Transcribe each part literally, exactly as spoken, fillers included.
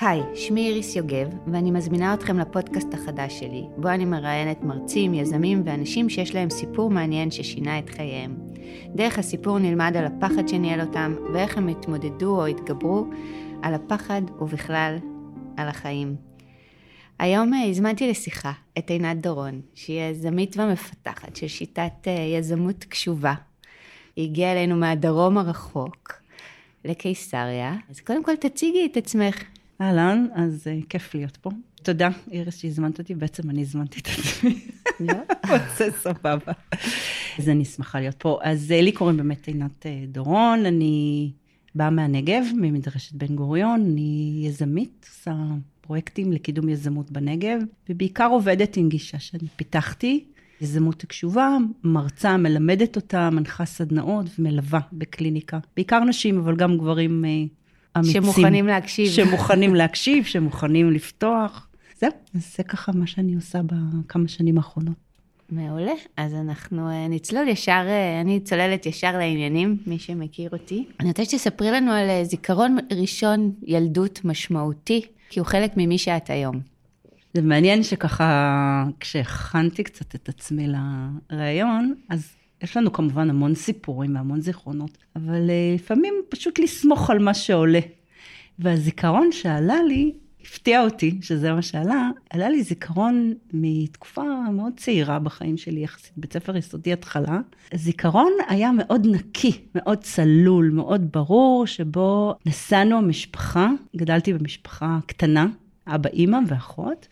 היי, שמי איריס יוגב, ואני מזמינה אתכם לפודקאסט החדש שלי, בו אני מראיינת מרצים, יזמים ואנשים שיש להם סיפור מעניין ששינה את חייהם. דרך הסיפור נלמד על הפחד שניהל אותם, ואיך הם התמודדו או התגברו על הפחד ובכלל על החיים. היום הזמנתי לשיחה את עינת דורון, שהיא יזמית ומפתחת של שיטת יזמות קשובה. היא הגיעה אלינו מהדרום הרחוק לקיסריה. אז קודם כל תציגי את עצמך. אהלן, אז uh, כיף להיות פה. תודה, איריס, שהזמנת אותי. בעצם אני הזמנתי את עצמי. לא? זה סבבה. אז אני שמחה להיות פה. אז לי קוראים באמת עינת דורון, אני באה מהנגב, ממדרשת בן גוריון, אני יזמית, עושה פרויקטים לקידום יזמות בנגב, ובעיקר עובדת עם גישה שאני פיתחתי, יזמות קשובה, מרצה, מלמדת אותה, מנחה סדנאות ומלווה בקליניקה. בעיקר נשים, אבל גם גברים אמיצים. שמוכנים להקשיב. שמוכנים להקשיב, שמוכנים לפתוח. זהו, אז זה ככה מה שאני עושה בכמה שנים האחרונות. מעולה, אז אנחנו נצלול ישר, אני צוללת ישר לעניינים, מי שמכיר אותי. אני רוצה שתספרי לנו על זיכרון ראשון ילדות משמעותי, כי הוא חלק ממי שאת היום. זה מעניין שככה, כשהכנתי קצת את עצמי לרעיון, אז יש לנו כמובן המון סיפורים והמון זיכרונות, אבל לפעמים פשוט לסמוך על מה שעולה. והזיכרון שעלה לי, הפתיע אותי, שזה מה שעלה, עלה לי זיכרון מתקופה מאוד צעירה בחיים שלי, יחסית בית ספר יסודי התחלה. הזיכרון היה מאוד נקי, מאוד צלול, מאוד ברור, שבו נסענו המשפחה, גדלתי במשפחה קטנה, אבא, אמא ואחות,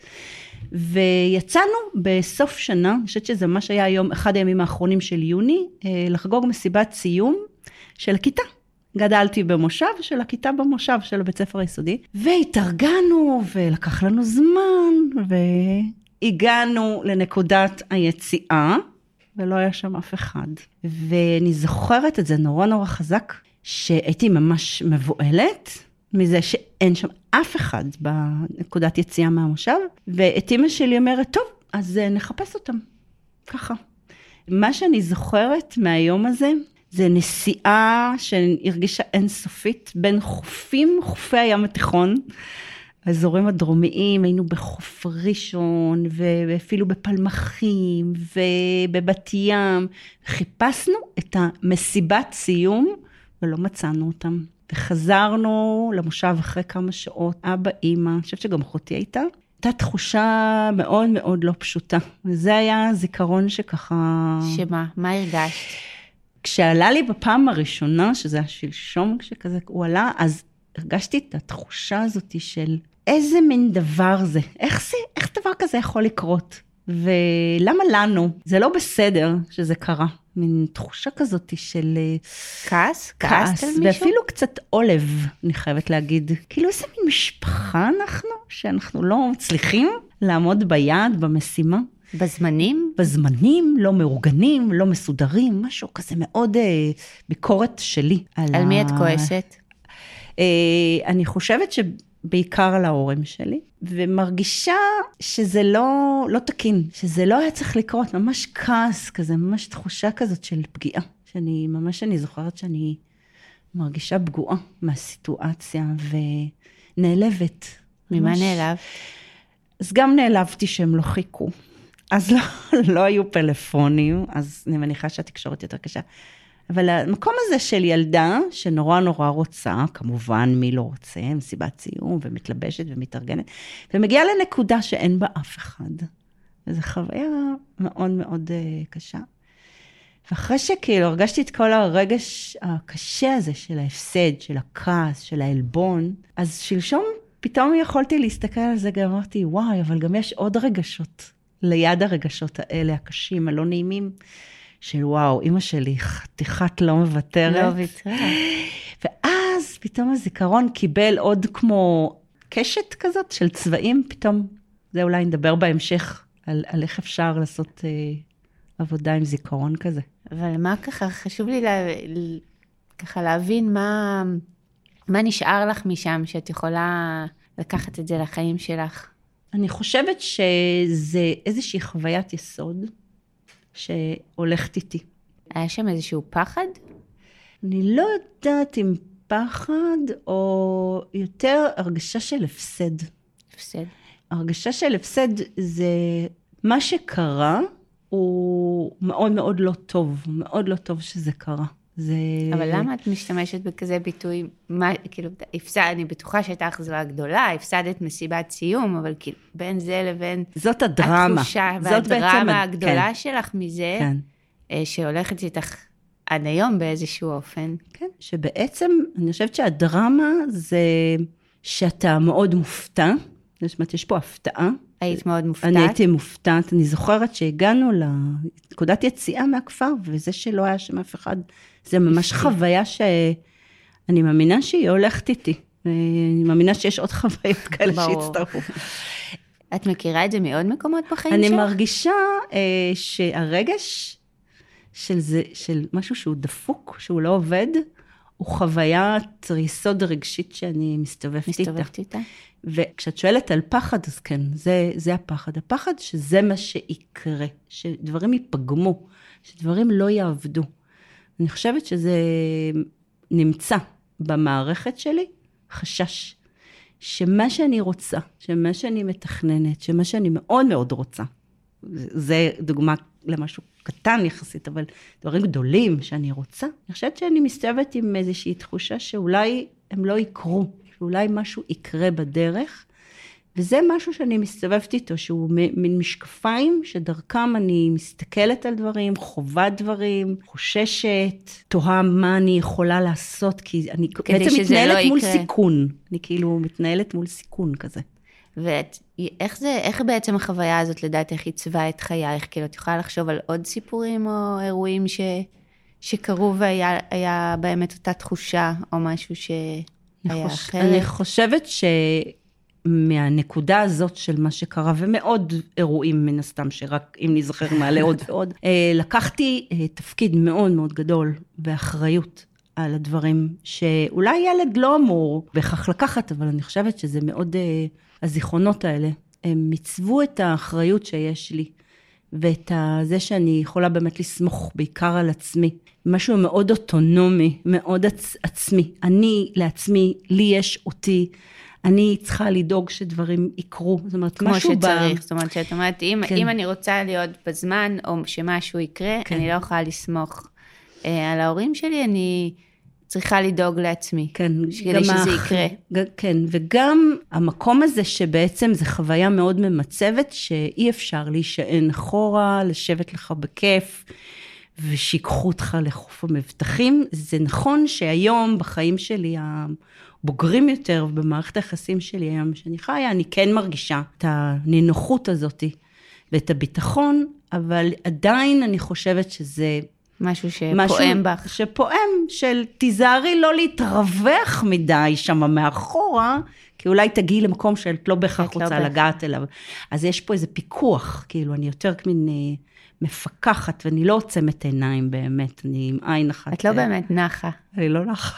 ויצאנו בסוף שנה, אני חושבת שזה מה שהיה היום, אחד הימים האחרונים של יוני, לחגוג מסיבת סיום של הכיתה. גדלתי במושב של הכיתה במושב של הבית ספר היסודי, והתארגנו ולקח לנו זמן, והגענו לנקודת היציאה, ולא היה שם אף אחד. ואני זוכרת את זה נורא נורא חזק, שהייתי ממש מבועלת, מזה שאין שם אף אחד בנקודת יציאה מהמושב, ואת אמא שלי אומרת, טוב, אז נחפש אותם, ככה. מה שאני זוכרת מהיום הזה, זה נסיעה שהרגישה אינסופית, בין חופים, חופי הים התיכון, האזורים הדרומיים, היינו בחוף ראשון, ואפילו בפלמחים, ובבת ים, חיפשנו את המסיבת סיום, ולא מצאנו אותם. וחזרנו למושב אחרי כמה שעות, אבא, אמא, אני חושבת שגם אחותי הייתה, הייתה תחושה מאוד מאוד לא פשוטה. וזה היה זיכרון שככה... שמה? מה הרגשת? כשעלה לי בפעם הראשונה, שזה היה שלשום כשכזה הוא עלה, אז הרגשתי את התחושה הזאת של איזה מין דבר זה, איך זה, איך דבר כזה יכול לקרות? ולמה לנו? זה לא בסדר שזה קרה. מין תחושה כזאת של... כעס? כעס, ואפילו קצת עולב, אני חייבת להגיד. כאילו איזה מין משפחה אנחנו, שאנחנו לא מצליחים לעמוד ביעד, במשימה. בזמנים? בזמנים, לא מאורגנים, לא מסודרים, משהו כזה מאוד אה, ביקורת שלי. על, על מי את כועסת? אה, אני חושבת שבעיקר על ההורים שלי, ומרגישה שזה לא, לא תקין, שזה לא היה צריך לקרות, ממש כעס כזה, ממש תחושה כזאת של פגיעה, שאני ממש אני זוכרת שאני מרגישה פגועה מהסיטואציה, ונעלבת. ממה ממש... נעלב? אז גם נעלבתי שהם לא חיכו. אז לא, לא היו פלאפונים, אז אני מניחה שהתקשורת יותר קשה. אבל המקום הזה של ילדה, שנורא נורא רוצה, כמובן מי לא רוצה, מסיבת סיום, ומתלבשת ומתארגנת, ומגיעה לנקודה שאין בה אף אחד. וזו חוויה מאוד מאוד קשה. ואחרי שכאילו הרגשתי את כל הרגש הקשה הזה של ההפסד, של הכעס, של העלבון, אז שלשום פתאום יכולתי להסתכל על זה, גם אמרתי, וואי, אבל גם יש עוד רגשות. ליד הרגשות האלה, הקשים, הלא נעימים, של וואו, אמא שלי, חתיכת לא מוותרת. לא ויתרה. ואז פתאום הזיכרון קיבל עוד כמו קשת כזאת של צבעים, פתאום, זה אולי נדבר בהמשך, על, על איך אפשר לעשות אה, עבודה עם זיכרון כזה. אבל מה ככה, חשוב לי לה, ככה להבין מה, מה נשאר לך משם, שאת יכולה לקחת את זה לחיים שלך. אני חושבת שזה איזושהי חוויית יסוד שהולכת איתי. היה שם איזשהו פחד? אני לא יודעת אם פחד, או יותר הרגשה של הפסד. הפסד. הרגשה של הפסד זה מה שקרה, הוא מאוד מאוד לא טוב, מאוד לא טוב שזה קרה. זה... אבל למה את משתמשת בכזה ביטוי, מה, כאילו, הפסד, אני בטוחה שהייתה אכזבה גדולה, הפסדת מסיבת סיום, אבל כאילו, בין זה לבין... זאת הדרמה. התחושה זאת והדרמה בעצם... הגדולה כן. שלך מזה, כן. שהולכת איתך עד היום באיזשהו אופן. כן, שבעצם, אני חושבת שהדרמה זה שאתה מאוד מופתע, זאת אומרת, יש פה הפתעה. היית מאוד מופתעת? אני הייתי מופתעת, אני זוכרת שהגענו לנקודת יציאה מהכפר, וזה שלא היה שם אף אחד, זה ממש חוויה שאני מאמינה שהיא הולכת איתי, אני מאמינה שיש עוד חוויות כאלה שהצטרפו. את מכירה את זה מעוד מקומות בחיים שלך? שלך? אני מרגישה אה, שהרגש של, זה, של משהו שהוא דפוק, שהוא לא עובד, הוא חוויית יסוד רגשית שאני מסתובבת איתה. מסתובבת איתה? וכשאת שואלת על פחד, אז כן, זה, זה הפחד. הפחד שזה מה שיקרה, שדברים ייפגמו, שדברים לא יעבדו. אני חושבת שזה נמצא במערכת שלי, חשש, שמה שאני רוצה, שמה שאני מתכננת, שמה שאני מאוד מאוד רוצה, זה דוגמה למשהו קטן יחסית, אבל דברים גדולים שאני רוצה, אני חושבת שאני מסתובבת עם איזושהי תחושה שאולי הם לא יקרו, שאולי משהו יקרה בדרך, וזה משהו שאני מסתובבת איתו, שהוא מין משקפיים, שדרכם אני מסתכלת על דברים, חובה דברים, חוששת, תוהה מה אני יכולה לעשות, כי אני בעצם מתנהלת לא מול יקרה. סיכון, אני כאילו מתנהלת מול סיכון כזה. ואיך זה, איך בעצם החוויה הזאת לדעת איך עיצבה את חייך? כאילו, את יכולה לחשוב על עוד סיפורים או אירועים ש, שקרו והיה היה בהם את אותה תחושה, או משהו שהיה חוש, אחרת? אני חושבת שמהנקודה הזאת של מה שקרה, ומאוד אירועים מן הסתם, שרק אם נזכר מעלה עוד ועוד, לקחתי תפקיד מאוד מאוד גדול באחריות על הדברים, שאולי ילד לא אמור בכך לקחת, אבל אני חושבת שזה מאוד... הזיכרונות האלה, הם מצוו את האחריות שיש לי, ואת זה שאני יכולה באמת לסמוך בעיקר על עצמי. משהו מאוד אוטונומי, מאוד עצ- עצמי. אני לעצמי, לי יש אותי, אני צריכה לדאוג שדברים יקרו. זאת אומרת, כמו משהו שצריך. ב... זאת אומרת, שאת אומרת, אם, כן. אם אני רוצה להיות בזמן, או שמשהו יקרה, כן. אני לא יכולה לסמוך אה, על ההורים שלי, אני... צריכה לדאוג לעצמי, כן, כדי שזה אח... יקרה. כן, וגם המקום הזה שבעצם זה חוויה מאוד ממצבת, שאי אפשר להישען אחורה, לשבת לך בכיף, ושיקחו אותך לחוף המבטחים. זה נכון שהיום בחיים שלי, הבוגרים יותר, במערכת היחסים שלי היום שאני חיה, אני כן מרגישה את הנינוחות הזאת, ואת הביטחון, אבל עדיין אני חושבת שזה... משהו שפועם בך. שפועם, של תיזהרי לא להתרווח מדי שם מאחורה, כי אולי תגיעי למקום שאת לא בהכרח רוצה לא לגעת אליו. אז יש פה איזה פיקוח, כאילו אני יותר כמין מפקחת, ואני לא עוצמת עיניים באמת, אני עם עין אחת. את לא באמת נחה. אני לא נחה.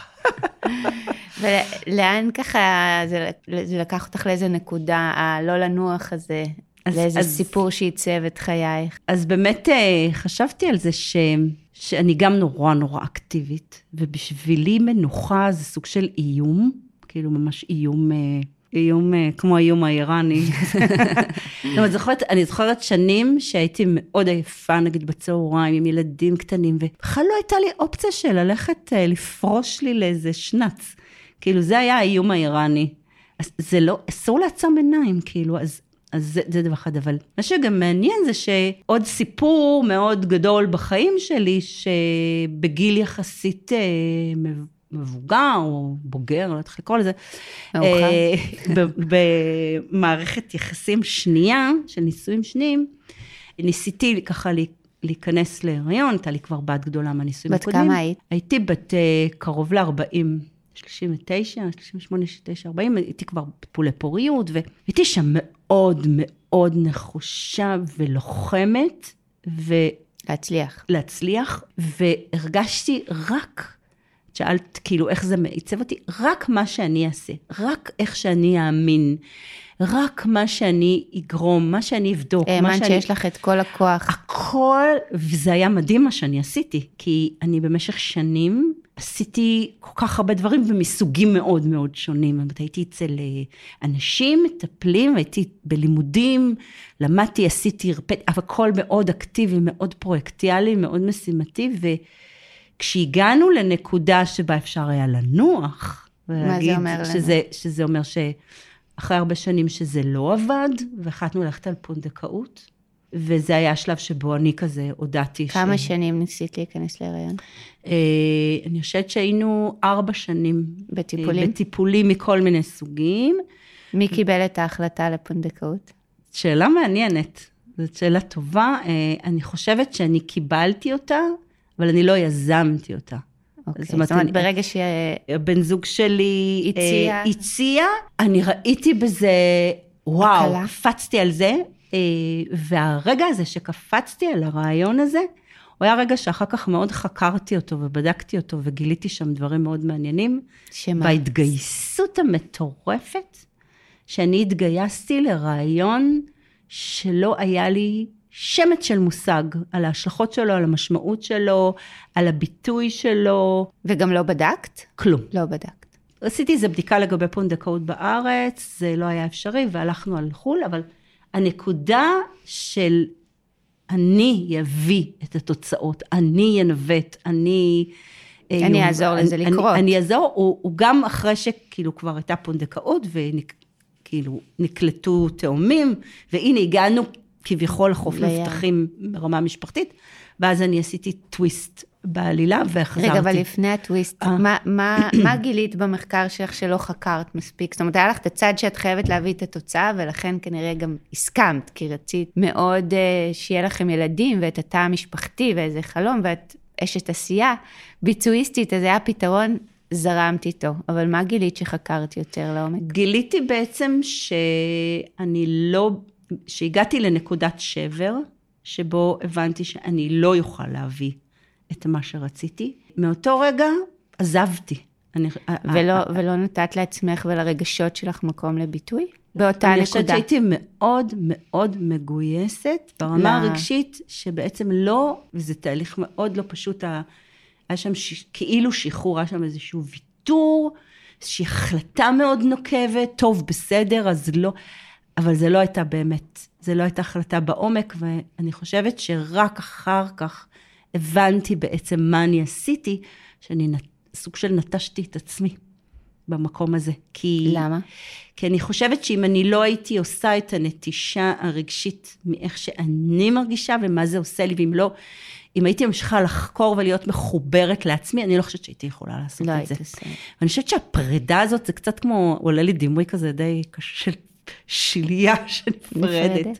ולאן ככה, זה, זה לקח אותך לאיזה נקודה, הלא לנוח הזה, אז, לאיזה אז, סיפור שעיצב את חייך? אז באמת חשבתי על זה ש... שאני גם נורא נורא אקטיבית, ובשבילי מנוחה זה סוג של איום, כאילו ממש איום, איום כמו האיום האיראני. אני זוכרת, אני זוכרת שנים שהייתי מאוד עייפה, נגיד בצהריים, עם ילדים קטנים, ובכלל לא הייתה לי אופציה של ללכת לפרוש לי לאיזה שנץ. כאילו זה היה האיום האיראני. אז זה לא, אסור לעצום עיניים, כאילו, אז... אז זה, זה דבר אחד, אבל מה שגם מעניין זה שעוד סיפור מאוד גדול בחיים שלי, שבגיל יחסית אה, מבוגר או בוגר, לא יודעת איך לקרוא לזה, אה, במערכת יחסים שנייה, של נישואים שניים, ניסיתי ככה להיכנס להיריון, הייתה לי כבר בת גדולה מהנישואים הקודמים. בת כמה היית? הייתי בת אה, קרוב ל-ארבעים. שלושים ותשע, שלושים ושמונה, שלושים ותשע, ארבעים, הייתי כבר בטיפולי פוריות, והייתי שם מאוד מאוד נחושה ולוחמת, ו... להצליח. להצליח, והרגשתי רק, שאלת כאילו איך זה מעיצב אותי, רק מה שאני אעשה, רק איך שאני אאמין, רק מה שאני אגרום, מה שאני אבדוק. האמן שיש לך את כל הכוח. הכל, וזה היה מדהים מה שאני עשיתי, כי אני במשך שנים, עשיתי כל כך הרבה דברים ומסוגים מאוד מאוד שונים. הייתי אצל אנשים, מטפלים, הייתי בלימודים, למדתי, עשיתי, הרפאתי, אבל הכל מאוד אקטיבי, מאוד פרויקטיאלי, מאוד משימתי, וכשהגענו לנקודה שבה אפשר היה לנוח, מה זה אומר לנו? שזה, שזה אומר שאחרי הרבה שנים שזה לא עבד, והחלטנו ללכת על פונדקאות, וזה היה השלב שבו אני כזה הודעתי. כמה ש... שנים ניסית להיכנס להיריון? אה, אני חושבת שהיינו ארבע שנים. בטיפולים? בטיפולים מכל מיני סוגים. מי קיבל את ההחלטה לפונדקאות? שאלה מעניינת. זאת שאלה טובה. אה, אני חושבת שאני קיבלתי אותה, אבל אני לא יזמתי אותה. אוקיי, זאת אומרת, זאת אומרת ברגע ש... הבן זוג שלי הציע, אה, הציע, אני ראיתי בזה, וואו, הקלה. קפצתי על זה, והרגע הזה שקפצתי על הרעיון הזה, הוא היה רגע שאחר כך מאוד חקרתי אותו ובדקתי אותו וגיליתי שם דברים מאוד מעניינים. שמה? בהתגייסות המטורפת, שאני התגייסתי לרעיון שלא היה לי שמץ של מושג על ההשלכות שלו, על המשמעות שלו, על הביטוי שלו. וגם לא בדקת? כלום. לא בדקת. עשיתי איזו בדיקה לגבי פונדקאות בארץ, זה לא היה אפשרי והלכנו על חול, אבל הנקודה של אני יביא את התוצאות, אני ינווט, אני... אני אעזור לזה לקרות. אני, אני אעזור, הוא, הוא גם אחרי שכאילו כבר הייתה פונדקאות, וכאילו נקלטו תאומים, והנה הגענו כביכול לחוף מבטחים ברמה משפחתית, ואז אני עשיתי טוויסט בעלילה והחזרתי. רגע, אבל לפני הטוויסט, מה, מה, מה גילית במחקר שלך שלא חקרת מספיק? זאת אומרת, היה לך את הצד שאת חייבת להביא את התוצאה, ולכן כנראה גם הסכמת, כי רצית מאוד שיהיה לכם ילדים, ואת התא המשפחתי, ואיזה חלום, ואת אשת עשייה ביצועיסטית, אז היה פתרון, זרמת איתו. אבל מה גילית שחקרת יותר לעומק? גיליתי בעצם שאני לא, שהגעתי לנקודת שבר, שבו הבנתי שאני לא יוכל להביא את מה שרציתי. מאותו רגע עזבתי. אני, ולא, ולא נתת לעצמך ולרגשות שלך מקום לביטוי? באותה אני נקודה. חושבת שהייתי מאוד מאוד מגויסת, ברמה הרגשית, שבעצם לא, וזה תהליך מאוד לא פשוט, היה שם ש, כאילו שחרור, היה שם איזשהו ויתור, איזושהי החלטה מאוד נוקבת, טוב, בסדר, אז לא, אבל זה לא הייתה באמת, זה לא הייתה החלטה בעומק, ואני חושבת שרק אחר כך הבנתי בעצם מה אני עשיתי, שאני סוג של נטשתי את עצמי במקום הזה. כי, למה? כי אני חושבת שאם אני לא הייתי עושה את הנטישה הרגשית מאיך שאני מרגישה ומה זה עושה לי, ואם לא, אם הייתי ממשיכה לחקור ולהיות מחוברת לעצמי, אני לא חושבת שהייתי יכולה לעשות לא את זה. עושה. ואני חושבת שהפרידה הזאת זה קצת כמו, עולה לי דימוי כזה די קשה של שלייה שנפרדת.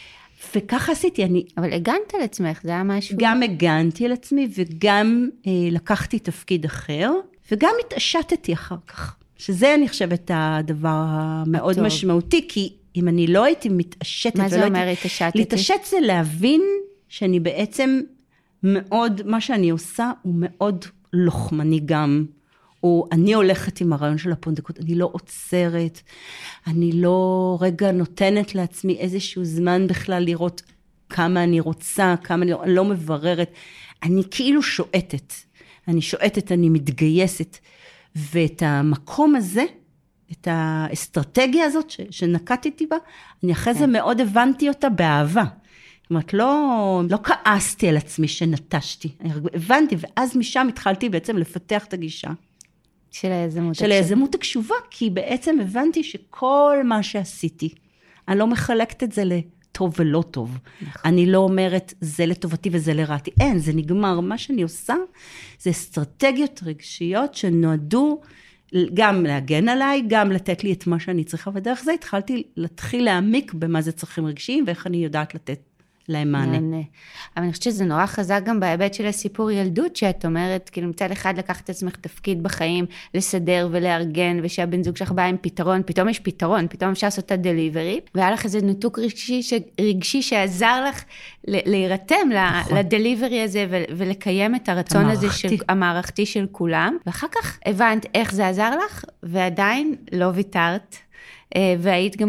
וככה עשיתי, אני... אבל הגנת על עצמך, זה היה משהו... גם הגנתי על עצמי, וגם אה, לקחתי תפקיד אחר, וגם התעשתתי אחר כך. שזה, אני חושבת, הדבר המאוד טוב. משמעותי, כי אם אני לא הייתי מתעשתת... מה זה אומר התעשתתי? להתעשת זה להבין שאני בעצם מאוד, מה שאני עושה, הוא מאוד לוחמני גם. או אני הולכת עם הרעיון של הפונדקאות, אני לא עוצרת, אני לא רגע נותנת לעצמי איזשהו זמן בכלל לראות כמה אני רוצה, כמה אני לא מבררת, אני כאילו שואטת, אני שואטת, אני מתגייסת, ואת המקום הזה, את האסטרטגיה הזאת שנקטתי בה, אני אחרי זה מאוד הבנתי אותה באהבה. זאת אומרת, לא, לא כעסתי על עצמי שנטשתי, הבנתי, ואז משם התחלתי בעצם לפתח את הגישה. של היזמות של היזמות הקשובה, כי בעצם הבנתי שכל מה שעשיתי, אני לא מחלקת את זה לטוב ולא טוב. אני לא אומרת, זה לטובתי וזה לרעתי. אין, זה נגמר. מה שאני עושה, זה אסטרטגיות רגשיות שנועדו גם להגן עליי, גם לתת לי את מה שאני צריכה, ודרך זה התחלתי להתחיל להעמיק במה זה צריכים רגשיים, ואיך אני יודעת לתת להם מענה. אבל אני חושבת שזה נורא חזק גם בהיבט של הסיפור ילדות, שאת אומרת, כאילו מצד אחד לקחת את עצמך תפקיד בחיים, לסדר ולארגן, ושהבן זוג שלך בא עם פתרון, פתאום יש פתרון, פתאום אפשר לעשות את הדליברי, והיה לך איזה ניתוק רגשי, רגשי שעזר לך להירתם לדליברי הזה, ולקיים את הרצון הזה של, המערכתי של כולם, ואחר כך הבנת איך זה עזר לך, ועדיין לא ויתרת, והיית גם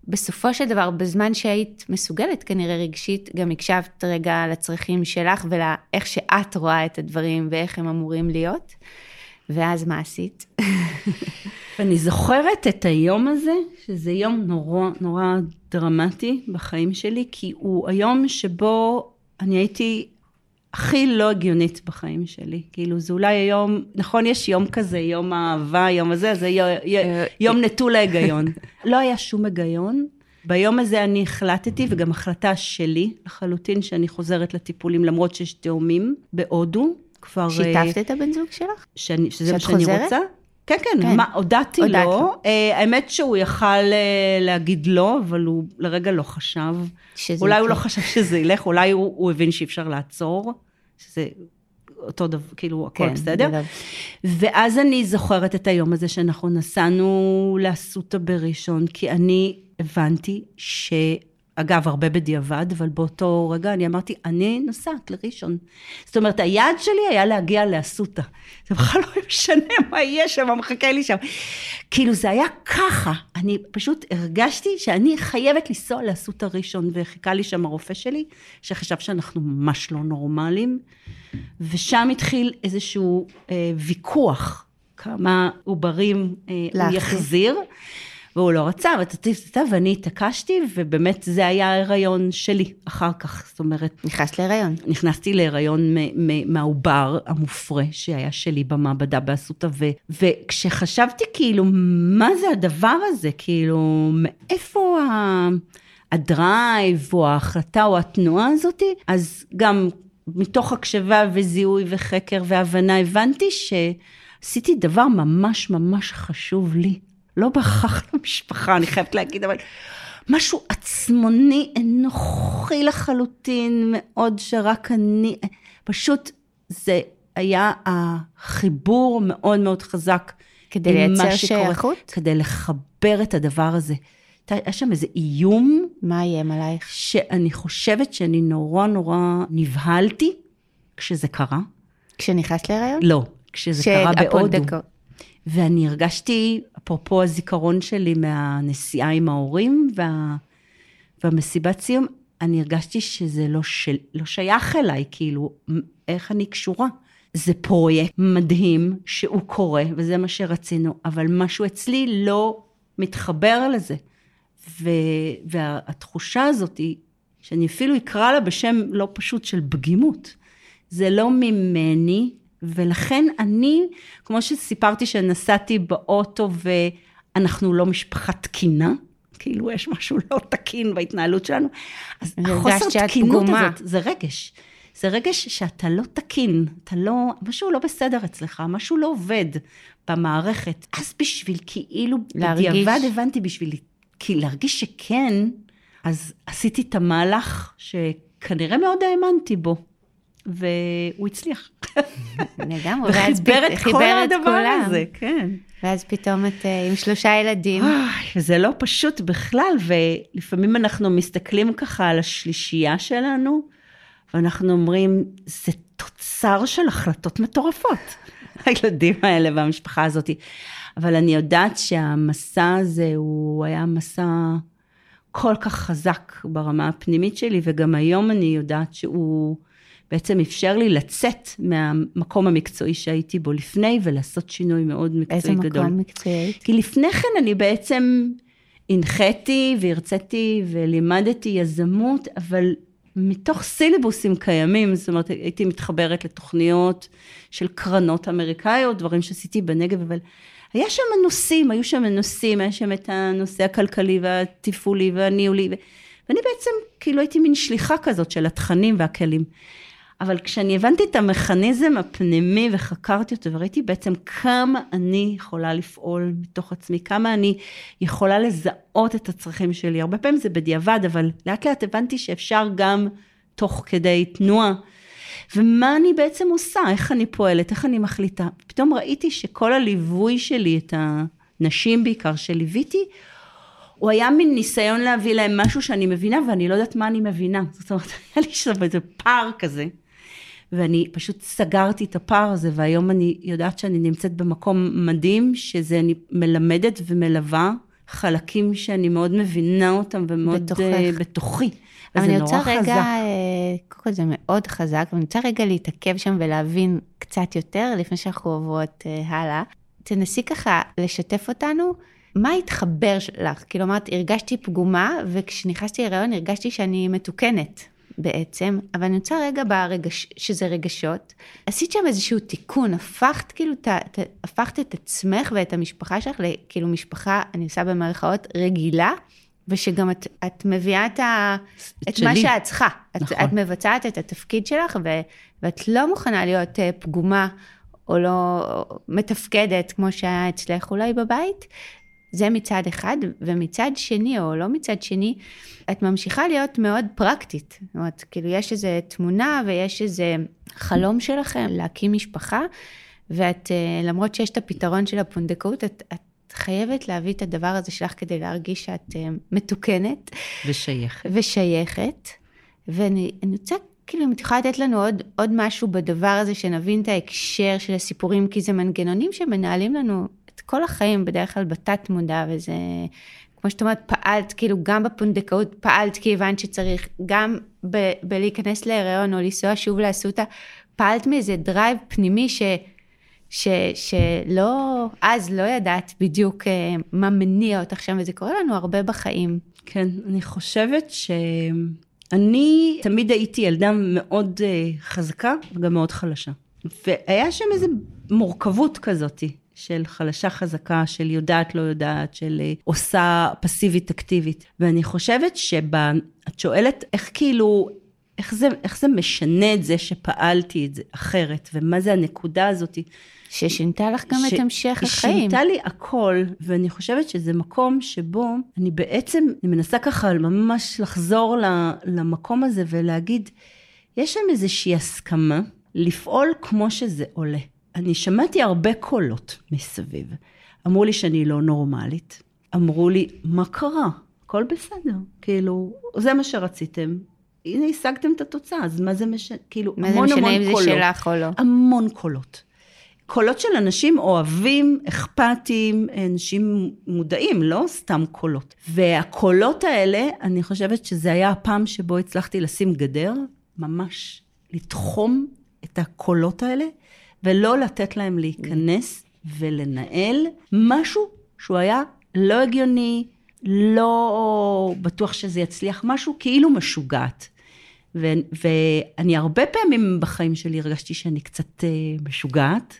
בסופו של דבר, בזמן שהיית מסוגלת כנראה רגשית, גם הקשבת רגע לצרכים שלך ולאיך שאת רואה את הדברים ואיך הם אמורים להיות, ואז מה עשית? אני זוכרת את היום הזה, שזה יום נורא נורא דרמטי בחיים שלי, כי הוא היום שבו אני הייתי הכי לא הגיונית בחיים שלי. כאילו זה אולי היום, נכון יש יום כזה, יום האהבה, יום הזה, זה יום נטול ההיגיון. לא היה שום היגיון. ביום הזה אני החלטתי, וגם החלטה שלי, לחלוטין שאני חוזרת לטיפולים, למרות שיש תאומים בהודו. כבר... שיתפת את הבן זוג שלך? שאני, שזה מה שאני רוצה? כן, כן, כן. מה, הודעתי לו. לו. האמת שהוא יכל להגיד לא, אבל הוא לרגע לא חשב. אולי הוא לא חשב שזה ילך, אולי הוא, הוא הבין שאי אפשר לעצור, שזה אותו דבר, כאילו הכל כן, זה בסדר. דבר. ואז אני זוכרת את היום הזה שאנחנו נסענו לאסותא בראשון, כי אני הבנתי ש... אגב, הרבה בדיעבד, אבל באותו רגע אני אמרתי, אני נוסעת לראשון. זאת אומרת, היעד שלי היה להגיע לאסותא. זה בכלל לא משנה מה יהיה שם, מה מחכה לי שם. כאילו זה היה ככה, אני פשוט הרגשתי שאני חייבת לנסוע לאסותא ראשון, וחיכה לי שם הרופא שלי, שחשב שאנחנו ממש לא נורמליים, ושם התחיל איזשהו אה, ויכוח, כמה עוברים אה, הוא יחזיר, והוא לא רצה, ואני התעקשתי, ובאמת זה היה ההיריון שלי אחר כך, זאת אומרת... נכנסת להיריון. נכנסתי להיריון מהעובר המופרה, שהיה שלי במעבדה באסותא, וכשחשבתי כאילו, מה זה הדבר הזה? כאילו, מאיפה הדרייב, או ההחלטה, או התנועה הזאת? אז גם מתוך הקשבה וזיהוי וחקר והבנה, הבנתי שעשיתי דבר ממש ממש חשוב לי. לא בהכרח למשפחה, אני חייבת להגיד, אבל משהו עצמוני, אנוכי לחלוטין, מאוד שרק אני, פשוט זה היה החיבור מאוד מאוד חזק. כדי לייצר שייכות? כדי לחבר את הדבר הזה. היה שם איזה איום. מה איים עלייך? שאני חושבת שאני נורא נורא נבהלתי, כשזה קרה. כשנכנסת להיריון? לא, כשזה קרה בהודו. דקו. ואני הרגשתי, אפרופו הזיכרון שלי מהנסיעה עם ההורים, וה, והמסיבת סיום, אני הרגשתי שזה לא, של, לא שייך אליי, כאילו, איך אני קשורה. זה פרויקט מדהים שהוא קורה, וזה מה שרצינו, אבל משהו אצלי לא מתחבר לזה. ו, והתחושה הזאת היא, שאני אפילו אקרא לה בשם לא פשוט של פגימות. זה לא ממני, ולכן אני, כמו שסיפרתי שנסעתי באוטו ואנחנו לא משפחה תקינה, כאילו יש משהו לא תקין בהתנהלות שלנו, אז החוסר תקינות הזאת, זה רגש. זה רגש שאתה לא תקין, אתה לא, משהו לא בסדר אצלך, משהו לא עובד במערכת. אז בשביל כאילו, בדיעבד הבנתי בשביל, כי להרגיש שכן, אז עשיתי את המהלך שכנראה מאוד האמנתי בו. והוא הצליח. לגמרי, וחיבר את כל הדבר הזה, כן. ואז פתאום את עם שלושה ילדים. זה לא פשוט בכלל, ולפעמים אנחנו מסתכלים ככה על השלישייה שלנו, ואנחנו אומרים, זה תוצר של החלטות מטורפות, הילדים האלה והמשפחה הזאת. אבל אני יודעת שהמסע הזה, הוא היה מסע כל כך חזק ברמה הפנימית שלי, וגם היום אני יודעת שהוא... בעצם אפשר לי לצאת מהמקום המקצועי שהייתי בו לפני, ולעשות שינוי מאוד מקצועי גדול. איזה מקום מקצועי? כי לפני כן אני בעצם הנחיתי והרציתי ולימדתי יזמות, אבל מתוך סילבוסים קיימים, זאת אומרת, הייתי מתחברת לתוכניות של קרנות אמריקאיות, דברים שעשיתי בנגב, אבל היה שם נושאים, היו שם נושאים, היה שם את הנושא הכלכלי והטיפולי והניהולי, ואני בעצם כאילו הייתי מין שליחה כזאת של התכנים והכלים. אבל כשאני הבנתי את המכניזם הפנימי וחקרתי אותו, וראיתי בעצם כמה אני יכולה לפעול מתוך עצמי, כמה אני יכולה לזהות את הצרכים שלי. הרבה פעמים זה בדיעבד, אבל לאט לאט הבנתי שאפשר גם תוך כדי תנועה. ומה אני בעצם עושה? איך אני פועלת? איך אני מחליטה? פתאום ראיתי שכל הליווי שלי, את הנשים בעיקר שליוויתי, הוא היה מין ניסיון להביא להם משהו שאני מבינה, ואני לא יודעת מה אני מבינה. זאת אומרת, היה לי שם איזה פער כזה, ואני פשוט סגרתי את הפער הזה, והיום אני יודעת שאני נמצאת במקום מדהים, שזה אני מלמדת ומלווה חלקים שאני מאוד מבינה אותם ומאוד בתוכך. בתוכי. אבל אני רוצה רגע, קודם כל זה מאוד חזק, ואני רוצה רגע להתעכב שם ולהבין קצת יותר, לפני שאנחנו עוברות הלאה. תנסי ככה לשתף אותנו, מה התחבר לך? כאילו אמרת, הרגשתי פגומה, וכשנכנסתי להיריון הרגשתי שאני מתוקנת בעצם, אבל אני רוצה רגע ברגש, שזה רגשות, עשית שם איזשהו תיקון, הפכת כאילו, ת, ת, הפכת את עצמך ואת המשפחה שלך, כאילו משפחה, אני עושה במרכאות, רגילה, ושגם את, את מביאה את, ה, את מה שאת צריכה, נכון. את, את מבצעת את התפקיד שלך, ו, ואת לא מוכנה להיות פגומה, או לא מתפקדת, כמו שהיה אצלך אולי בבית, זה מצד אחד, ומצד שני, או לא מצד שני, את ממשיכה להיות מאוד פרקטית. זאת אומרת, כאילו יש איזו תמונה, ויש איזה חלום שלכם, להקים משפחה, ואת, למרות שיש את הפתרון של הפונדקאות, את, את חייבת להביא את הדבר הזה שלך, כדי להרגיש שאת מתוקנת. ושייכת. ושייכת. ואני רוצה, כאילו, אם את יכולה לתת לנו עוד, עוד משהו בדבר הזה, שנבין את ההקשר של הסיפורים, כי זה מנגנונים שמנהלים לנו את כל החיים, בדרך כלל בתת מודע, וזה, כמו שאת אומרת, פעלת, כאילו, גם בפונדקאות, פעלת כי הבנת שצריך, גם ב- בלהיכנס להיריון, או לנסוע שוב לאסותא, פעלת מאיזה דרייב פנימי, ש... ש, שלא, אז לא ידעת בדיוק מה מניע אותך שם, וזה קורה לנו הרבה בחיים. כן, אני חושבת שאני תמיד הייתי ילדה מאוד חזקה, וגם מאוד חלשה. והיה שם איזו מורכבות כזאת, של חלשה חזקה, של יודעת לא יודעת, של עושה פסיבית אקטיבית. ואני חושבת שאת שואלת איך כאילו, איך זה, איך זה משנה את זה שפעלתי את זה אחרת, ומה זה הנקודה הזאת? ששינתה לך גם ש... את המשך החיים. שינתה לי הכל, ואני חושבת שזה מקום שבו אני בעצם, אני מנסה ככה ממש לחזור למקום הזה ולהגיד, יש שם איזושהי הסכמה לפעול כמו שזה עולה. אני שמעתי הרבה קולות מסביב. אמרו לי שאני לא נורמלית. אמרו לי, מה קרה? הכל בסדר. כאילו, זה מה שרציתם. הנה, השגתם את התוצאה, אז מה זה משנה? כאילו, מה המון זה משנה המון אם קולות. זה שלך או לא? המון קולות. קולות של אנשים אוהבים, אכפתיים, אנשים מודעים, לא סתם קולות. והקולות האלה, אני חושבת שזה היה הפעם שבו הצלחתי לשים גדר, ממש לתחום את הקולות האלה, ולא לתת להם להיכנס ולנהל משהו שהוא היה לא הגיוני, לא בטוח שזה יצליח, משהו כאילו משוגעת. ו- ואני הרבה פעמים בחיים שלי הרגשתי שאני קצת משוגעת,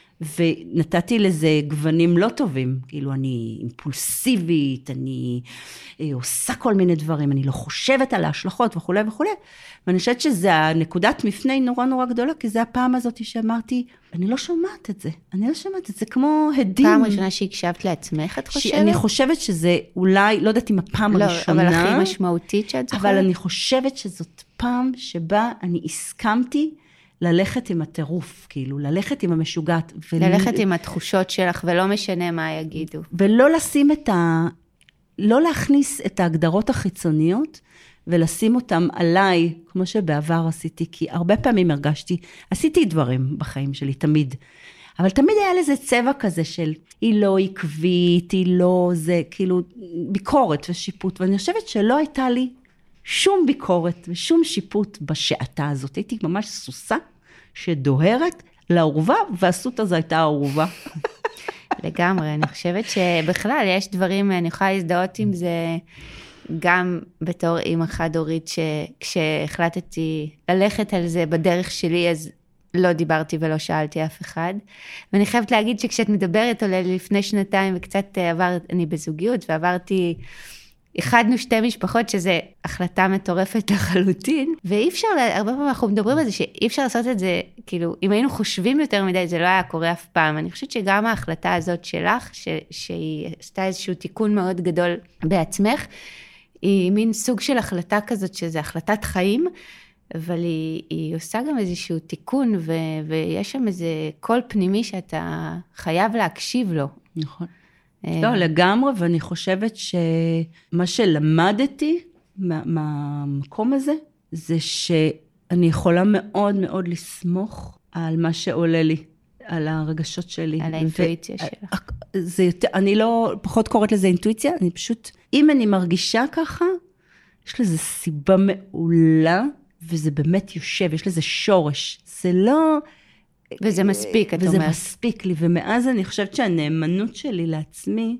ונתתי לזה גוונים לא טובים, כאילו אני אימפולסיבית, אני עושה כל מיני דברים, אני לא חושבת על ההשלכות וכו' וכו', ואני חושבת שזה הנקודת מפנה נורא נורא גדולה, כי זה הפעם הזאת שאמרתי, אני לא שומעת את זה, אני לא שומעת את זה, כמו הדים. פעם ראשונה שהקשבת לעצמך, את חושבת? אני חושבת שזה אולי, לא יודעת אם הפעם לא, הראשונה, אבל הכי משמעותית שאת זוכרת? אבל אני חושבת שזאת פעם שבה אני הסכמתי, ללכת עם הטירוף, כאילו, ללכת עם המשוגעת. ללכת ול... עם התחושות שלך, ולא משנה מה יגידו. ולא לשים את ה... לא להכניס את ההגדרות החיצוניות, ולשים אותם עליי, כמו שבעבר עשיתי, כי הרבה פעמים הרגשתי, עשיתי דברים בחיים שלי, תמיד. אבל תמיד היה לזה צבע כזה של, היא לא עקבית, היא לא זה, כאילו, ביקורת ושיפוט, ואני חושבת שלא הייתה לי שום ביקורת ושום שיפוט בשעתה הזאת. הייתי ממש סוסה שדוהרת לעורבה, והסות הזו הייתה העורבה. לגמרי, אני חושבת שבכלל יש דברים, אני יכולה להזדהות עם זה, גם בתור אימא חד-הורית, שכשהחלטתי ללכת על זה בדרך שלי, אז לא דיברתי ולא שאלתי אף אחד. ואני חייבת להגיד שכשאת מדברת עולה לפני שנתיים, וקצת עברת, אני בזוגיות, ועברתי... איחדנו שתי משפחות, שזה החלטה מטורפת לחלוטין, ואי אפשר, הרבה פעמים אנחנו מדברים על זה, שאי אפשר לעשות את זה, כאילו, אם היינו חושבים יותר מדי, זה לא היה קורה אף פעם. אני חושבת שגם ההחלטה הזאת שלך, ש, שהיא עשתה איזשהו תיקון מאוד גדול בעצמך, היא מין סוג של החלטה כזאת, שזה החלטת חיים, אבל היא, היא עושה גם איזשהו תיקון, ו, ויש שם איזה קול פנימי שאתה חייב להקשיב לו. נכון. לא, לגמרי, ואני חושבת שמה שלמדתי מה, מהמקום הזה, זה שאני יכולה מאוד מאוד לסמוך על מה שעולה לי, על הרגשות שלי. על האינטואיציה שלך. זה יותר, אני לא, פחות קוראת לזה אינטואיציה, אני פשוט, אם אני מרגישה ככה, יש לזה סיבה מעולה, וזה באמת יושב, יש לזה שורש. זה לא... וזה מספיק, את אומרת. וזה מספיק לי, ומאז אני חושבת שהנאמנות שלי לעצמי,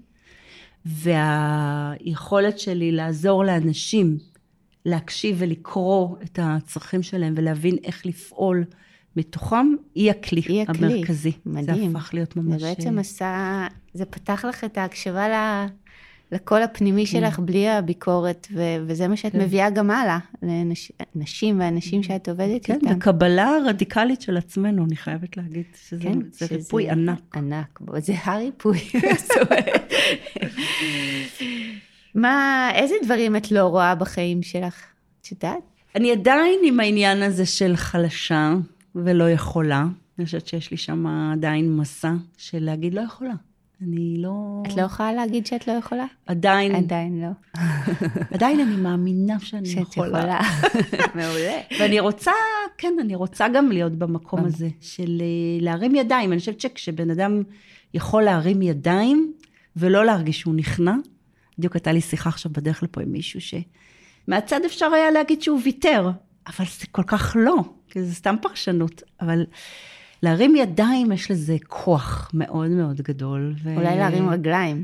והיכולת שלי לעזור לאנשים, להקשיב ולקרוא את הצרכים שלהם, ולהבין איך לפעול מתוכם, היא הכלי, היא הכלי. המרכזי. מדהים. זה הפך להיות ממש... זה בעצם עשה, זה פתח לך את ההקשבה ל... לקול הפנימי שלך בלי הביקורת, ו- וזה מה שאת כן. מביאה גם הלאה, לנשים ואנשים שאת עובדת כן, איתם. כן, וקבלה רדיקלית של עצמנו, אני חייבת להגיד, שזה כן, זה שזה ריפוי ענק. ענק, זה הריפוי. מה, איזה דברים את לא רואה בחיים שלך? את יודעת? אני עדיין עם העניין הזה של חלשה ולא יכולה. אני חושבת שיש לי שם עדיין מסע של להגיד לא יכולה. אני לא... את לא יכולה להגיד שאת לא יכולה? עדיין. עדיין לא. עדיין אני מאמינה שאני שאת יכולה. יכולה. מעולה. ואני רוצה, כן, אני רוצה גם להיות במקום הזה, של להרים ידיים. אני חושבת שכשבן אדם יכול להרים ידיים, ולא להרגיש שהוא נכנע, בדיוק הייתה לי שיחה עכשיו בדרך לפה עם מישהו, שמהצד אפשר היה להגיד שהוא ויתר, אבל זה כל כך לא, כי זה סתם פרשנות, אבל... להרים ידיים יש לזה כוח מאוד מאוד גדול. ו... אולי להרים רגליים.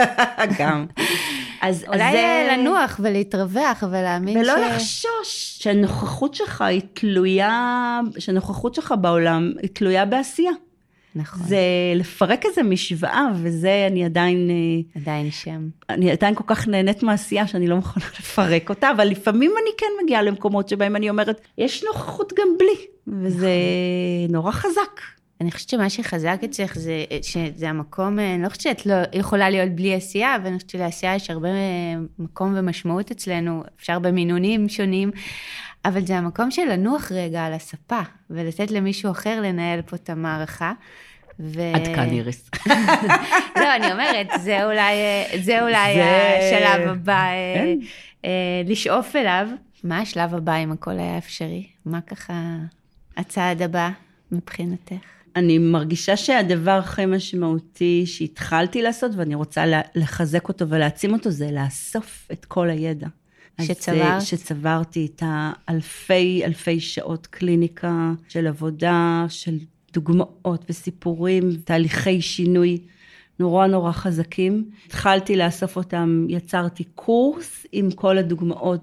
גם. אז, אולי אז זה... לנוח ולהתרווח ולהאמין ולא ש... ולא לחשוש שהנוכחות שלך היא תלויה, שהנוכחות שלך בעולם היא תלויה בעשייה. נכון. זה לפרק איזה משוואה, וזה אני עדיין... עדיין שם. אני עדיין כל כך נהנית מהעשייה, שאני לא מוכנה לפרק אותה, אבל לפעמים אני כן מגיעה למקומות שבהם אני אומרת, יש נוכחות גם בלי, וזה נורא חזק. אני חושבת שמה שחזק אצלך זה, שזה המקום, אני לא חושבת שאת לא יכולה להיות בלי עשייה, ואני חושבת שלעשייה יש הרבה מקום ומשמעות אצלנו, אפשר במינונים שונים, אבל זה המקום של לנוח רגע על הספה, ולתת למישהו אחר לנהל פה את המערכה. ו... עד כאן איריס. לא, אני אומרת, זה אולי, זה אולי זה... השלב הבא, כן? לשאוף אליו. מה השלב הבא אם הכל היה אפשרי? מה ככה הצעד הבא מבחינתך? אני מרגישה שהדבר הכי משמעותי שהתחלתי לעשות, ואני רוצה לחזק אותו ולהעצים אותו, זה לאסוף את כל הידע. שצברת? שצברתי את האלפי אלפי שעות קליניקה של עבודה, של דוגמאות וסיפורים, תהליכי שינוי נורא נורא חזקים. התחלתי לאסוף אותם, יצרתי קורס עם כל הדוגמאות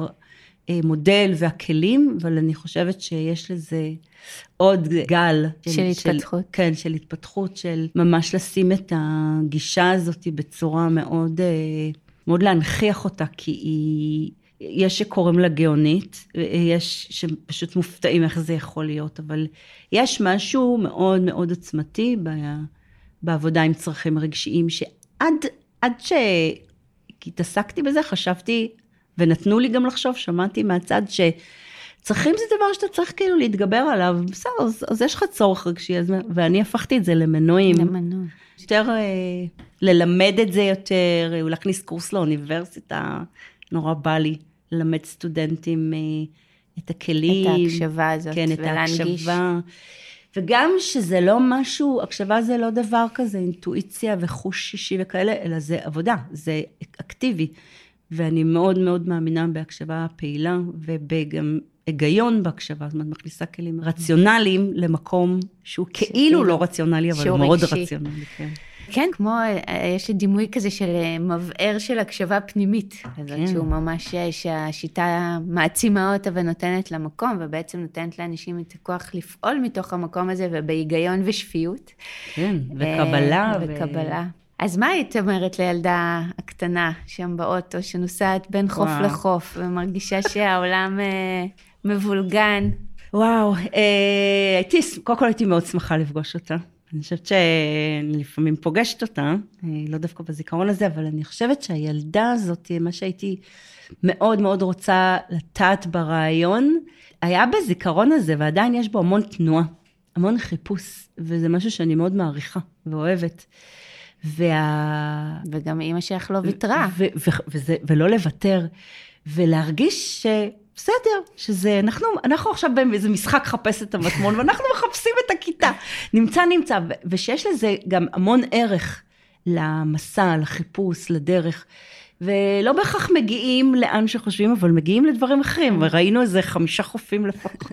והמודל והכלים, אבל אני חושבת שיש לזה עוד גל. של, של התפתחות. של, כן, של התפתחות, של ממש לשים את הגישה הזאת בצורה מאוד... מאוד להנכיח אותה, כי היא, יש שקוראים לה גאונית, יש שפשוט מופתעים איך זה יכול להיות, אבל יש משהו מאוד מאוד עצמתי בעבודה עם צרכים רגשיים, שעד עד שהתעסקתי בזה, חשבתי, ונתנו לי גם לחשוב, שמעתי מהצד שצרכים זה דבר שאתה צריך כאילו להתגבר עליו, בסדר, אז, אז יש לך צורך רגשי, אז, ואני הפכתי את זה למנועים. למנוע. יותר ללמד את זה יותר, או להכניס קורס לאוניברסיטה, נורא בא לי ללמד סטודנטים את הכלים. את ההקשבה הזאת, כן, ולהנגיש. את ההקשבה. וגם שזה לא משהו, הקשבה זה לא דבר כזה, אינטואיציה וחוש שישי וכאלה, אלא זה עבודה, זה אקטיבי. ואני מאוד מאוד מאמינה בהקשבה פעילה, ובגם היגיון בהקשבה, זאת אומרת, מכניסה כלים רציונליים למקום שהוא כאילו לא רציונלי, אבל הוא מאוד רציונלי, כן. כן, כמו, יש לי דימוי כזה של מבער של הקשבה פנימית, הזאת שהוא ממש, שהשיטה מעצימה אותה ונותנת למקום, ובעצם נותנת לאנשים את הכוח לפעול מתוך המקום הזה, ובהיגיון ושפיות. כן, וקבלה. וקבלה. אז מה היית אומרת לילדה הקטנה, שם באוטו, שנוסעת בין חוף לחוף, ומרגישה שהעולם מבולגן? וואו, הייתי, קודם כל הייתי מאוד שמחה לפגוש אותה. אני חושבת שאני לפעמים פוגשת אותה, לא דווקא בזיכרון הזה, אבל אני חושבת שהילדה הזאת, מה שהייתי מאוד מאוד רוצה לטעת ברעיון, היה בזיכרון הזה, ועדיין יש בו המון תנועה, המון חיפוש, וזה משהו שאני מאוד מעריכה ואוהבת. וה... וגם אמא שלך לא ויתרה. ו- ו- וזה, ולא לוותר, ולהרגיש ש... בסדר, שזה, אנחנו, אנחנו עכשיו באיזה משחק חפש את המטמון, ואנחנו מחפשים את הכיתה. נמצא, נמצא, ושיש לזה גם המון ערך, למסע, לחיפוש, לדרך, ולא בהכרח מגיעים לאן שחושבים, אבל מגיעים לדברים אחרים, וראינו איזה חמישה חופים לפחות.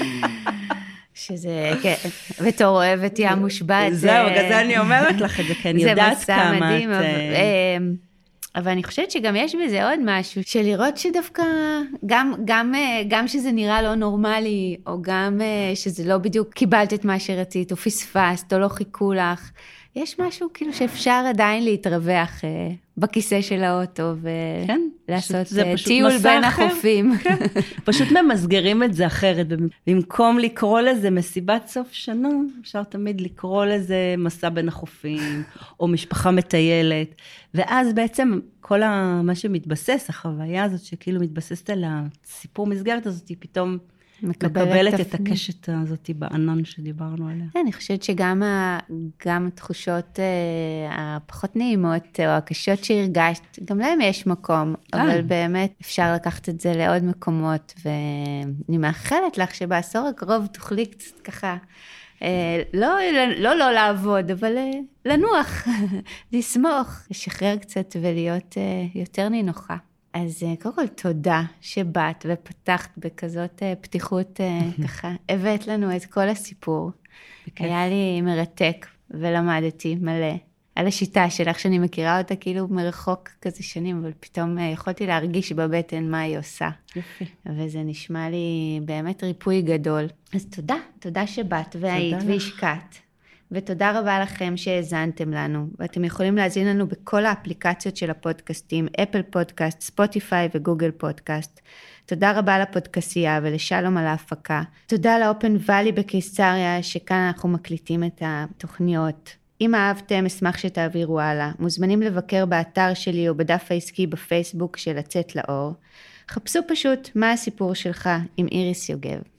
שזה, כן, בתור אוהבת ים מושבת. זהו, בגלל אני אומרת לך את זה, כי אני יודעת כמה את... זה מסע מדהים, אבל אני חושבת שגם יש בזה עוד משהו, שלראות שדווקא, גם, גם, גם שזה נראה לא נורמלי, או גם שזה לא בדיוק קיבלת את מה שרצית, או פספסת, או לא חיכו לך, יש משהו כאילו שאפשר עדיין להתרווח בכיסא של האוטו, ולעשות טיול בין החופים. פשוט ממסגרים את זה אחרת, במקום לקרוא לזה מסיבת סוף שנה, אפשר תמיד לקרוא לזה מסע בין החופים, או משפחה מטיילת, ואז בעצם כל מה שמתבסס, החוויה הזאת שכאילו מתבססת על הסיפור מסגרת הזאת, היא פתאום מקבלת את הקשת הזאת בענן שדיברנו עליה. אני חושבת שגם התחושות הפחות נעימות, או הקשות שהרגשת, גם להם יש מקום, אבל באמת אפשר לקחת את זה לעוד מקומות, ואני מאחלת לך שבעשור הקרוב תוכלי קצת ככה, לא לא לא לעבוד, אבל לנוח, לסמוך, לשחרר קצת ולהיות יותר נינוחה. אז קודם כל תודה שבאת ופתחת בכזאת פתיחות ככה, הבאת לנו את כל הסיפור. היה לי מרתק ולמדתי מלא על השיטה שלך, שאני מכירה אותה כאילו מרחוק כזה שנים, אבל פתאום יכולתי להרגיש בבטן מה היא עושה. יופי. וזה נשמע לי באמת ריפוי גדול. אז תודה, תודה שבאת והיית והשקעת. ותודה רבה לכם שהאזנתם לנו, ואתם יכולים להזין לנו בכל האפליקציות של הפודקאסטים, אפל פודקאסט, ספוטיפיי וגוגל פודקאסט. תודה רבה לפודקאסייה ולשלום על ההפקה. תודה לאופן ואלי בקיסריה, שכאן אנחנו מקליטים את התוכניות. אם אהבתם, אשמח שתעבירו הלאה. מוזמנים לבקר באתר שלי או בדף העסקי בפייסבוק של לצאת לאור. חפשו פשוט מה הסיפור שלך עם איריס יוגב.